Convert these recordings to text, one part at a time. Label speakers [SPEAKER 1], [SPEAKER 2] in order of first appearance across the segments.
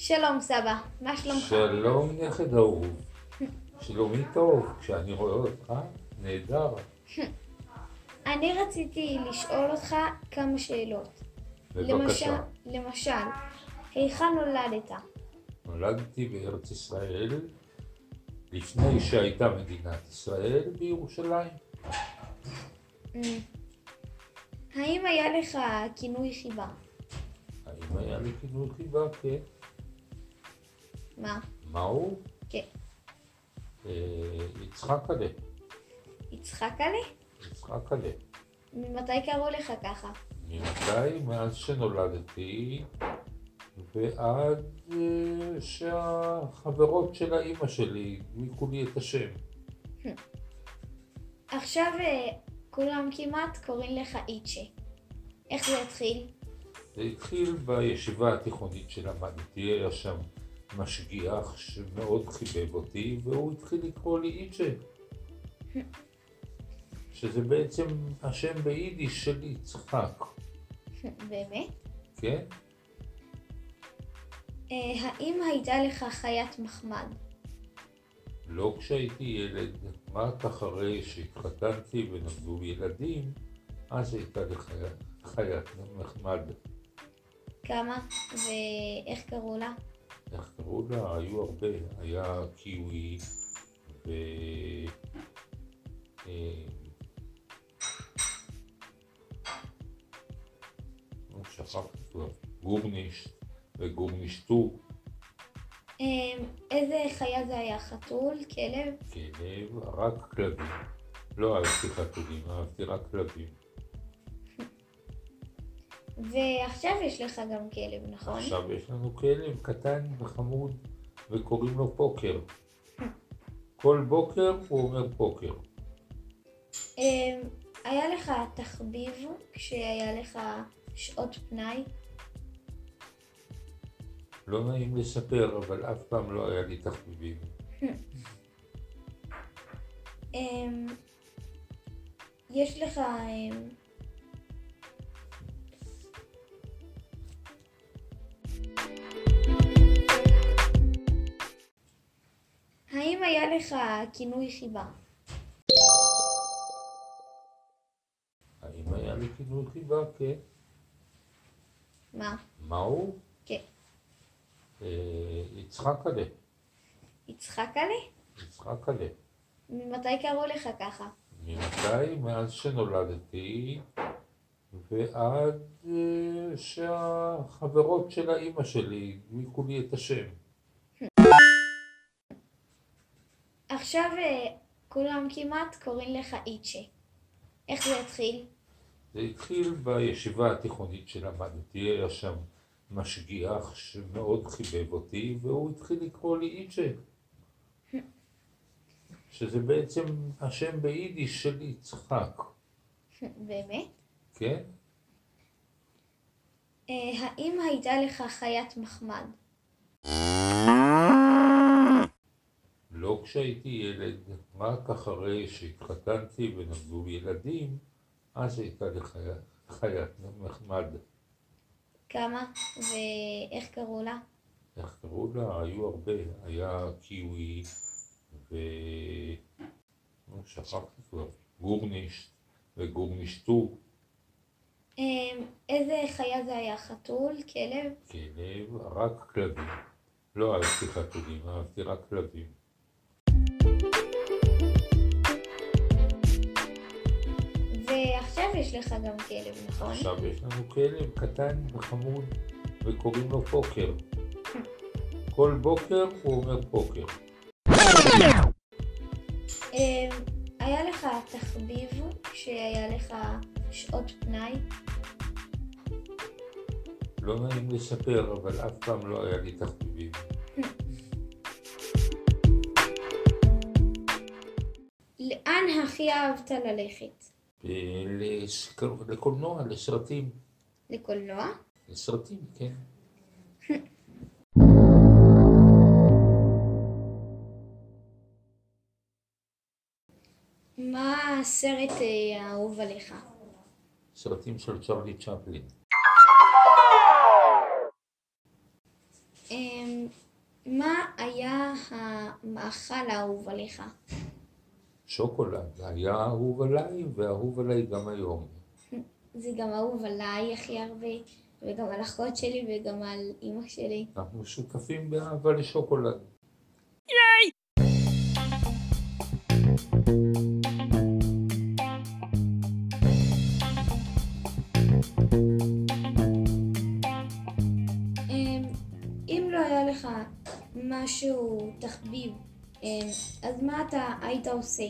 [SPEAKER 1] שלום סבא, מה שלומך?
[SPEAKER 2] שלום נכד אהוב, שלומי טוב, כשאני רואה אותך, נהדר.
[SPEAKER 1] אני רציתי לשאול אותך כמה שאלות.
[SPEAKER 2] בבקשה.
[SPEAKER 1] למשל, היכן נולדת?
[SPEAKER 2] נולדתי בארץ ישראל, לפני שהייתה מדינת ישראל, בירושלים.
[SPEAKER 1] האם היה לך כינוי חיבה?
[SPEAKER 2] האם היה לי כינוי חיבה? כן.
[SPEAKER 1] מה?
[SPEAKER 2] מהו?
[SPEAKER 1] כן.
[SPEAKER 2] יצחקלה.
[SPEAKER 1] יצחקלה?
[SPEAKER 2] יצחקלה.
[SPEAKER 1] ממתי קראו לך ככה?
[SPEAKER 2] ממתי? מאז שנולדתי ועד שהחברות של האמא שלי הדביקו לי את השם.
[SPEAKER 1] עכשיו כולם כמעט קוראים לך איצ'ה. איך זה התחיל?
[SPEAKER 2] זה התחיל בישיבה התיכונית שלמדתי, היה שם משגיח שמאוד חיבב אותי והוא התחיל לקרוא לי איצ'ה, שזה בעצם השם ביידיש של יצחק.
[SPEAKER 1] באמת?
[SPEAKER 2] כן?
[SPEAKER 1] האם הייתה לך חיית מחמד?
[SPEAKER 2] לא כשהייתי ילד, רק אחרי שהתחתנתי ונולדו ילדים, אז הייתה לי חיית מחמד.
[SPEAKER 1] כמה? ואיך קראו לה?
[SPEAKER 2] איך קראו לה? היו הרבה. היה קיווי ו... שכחתי כבר. גורנישט וגורנישטו.
[SPEAKER 1] איזה חיה זה היה? חתול? כלב?
[SPEAKER 2] כלב, רק כלבים. לא אהבתי חתולים, אהבתי רק כלבים.
[SPEAKER 1] ועכשיו יש לך גם כלב, נכון?
[SPEAKER 2] עכשיו יש לנו כלב קטן וחמוד וקוראים לו פוקר. כל בוקר הוא אומר פוקר.
[SPEAKER 1] היה לך תחביב כשהיה לך שעות פנאי?
[SPEAKER 2] לא נעים לספר, אבל אף פעם לא היה לי תחביבים.
[SPEAKER 1] יש לך... האם היה לך כינוי חיבה?
[SPEAKER 2] האם היה לי כינוי חיבה? כן.
[SPEAKER 1] מה?
[SPEAKER 2] מהו?
[SPEAKER 1] כן.
[SPEAKER 2] יצחקלה.
[SPEAKER 1] יצחקלה?
[SPEAKER 2] יצחקלה.
[SPEAKER 1] ממתי קראו לך ככה?
[SPEAKER 2] ממתי? מאז שנולדתי ועד שהחברות של האמא שלי הדביקו לי את השם.
[SPEAKER 1] עכשיו כולם כמעט קוראים לך איצ'ה. איך זה התחיל?
[SPEAKER 2] זה התחיל בישיבה התיכונית שלמדתי, היה שם משגיח שמאוד חיבב אותי והוא התחיל לקרוא לי איצ'ה, שזה בעצם השם ביידיש של יצחק.
[SPEAKER 1] באמת?
[SPEAKER 2] כן?
[SPEAKER 1] האם הייתה לך חיית מחמד?
[SPEAKER 2] לא כשהייתי ילד, רק אחרי שהתחתנתי ונולדו ילדים, אז הייתה לי חיית מחמד. כמה?
[SPEAKER 1] ואיך קראו לה?
[SPEAKER 2] איך קראו לה? היו הרבה. היה קיווי ו... שכחתי כבר. גורנישט וגורנישטו.
[SPEAKER 1] איזה חיה זה היה? חתול? כלב?
[SPEAKER 2] כלב, רק כלבים. לא אהבתי חתולים, אהבתי רק כלבים.
[SPEAKER 1] ועכשיו יש לך גם כלב, נכון?
[SPEAKER 2] עכשיו יש לנו כלב קטן וחמוד וקוראים לו פוקר. כל בוקר הוא אומר פוקר.
[SPEAKER 1] היה לך תחביב כשהיה לך שעות פנאי?
[SPEAKER 2] לא נעים לספר, אבל אף פעם לא היה לי תחביבים.
[SPEAKER 1] לאן הכי אהבת ללכת?
[SPEAKER 2] לקולנוע, לסרטים.
[SPEAKER 1] לקולנוע?
[SPEAKER 2] לסרטים, כן.
[SPEAKER 1] מה הסרט האהוב עליך?
[SPEAKER 2] סרטים של צ'רלי צ'פלין.
[SPEAKER 1] מה היה המאכל האהוב עליך?
[SPEAKER 2] שוקולד היה אהוב עליי ואהוב עליי גם היום.
[SPEAKER 1] זה גם אהוב עליי הכי הרבה, וגם על אחות שלי וגם על אמא שלי.
[SPEAKER 2] אנחנו שותפים באהבה לשוקולד.
[SPEAKER 1] אם לא היה לך משהו תחביב, אז מה אתה היית עושה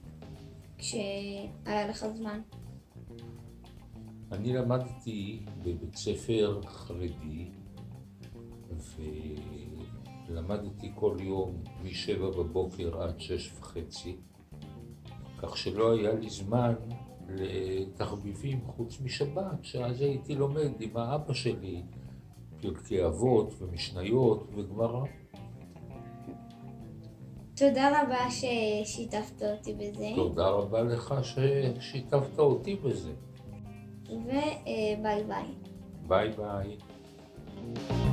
[SPEAKER 1] כשהיה לך זמן?
[SPEAKER 2] אני למדתי בבית ספר חרדי, ולמדתי כל יום מ7 בבוקר עד 6:30, כך שלא היה לי זמן לתחביבים חוץ משבת, שאז הייתי לומד עם האבא שלי פרקי אבות ומשניות וגמרא.
[SPEAKER 1] תודה רבה ששיתפת אותי בזה,
[SPEAKER 2] תודה רבה לך ששיתפת אותי בזה.
[SPEAKER 1] וביי ביי.
[SPEAKER 2] ביי ביי.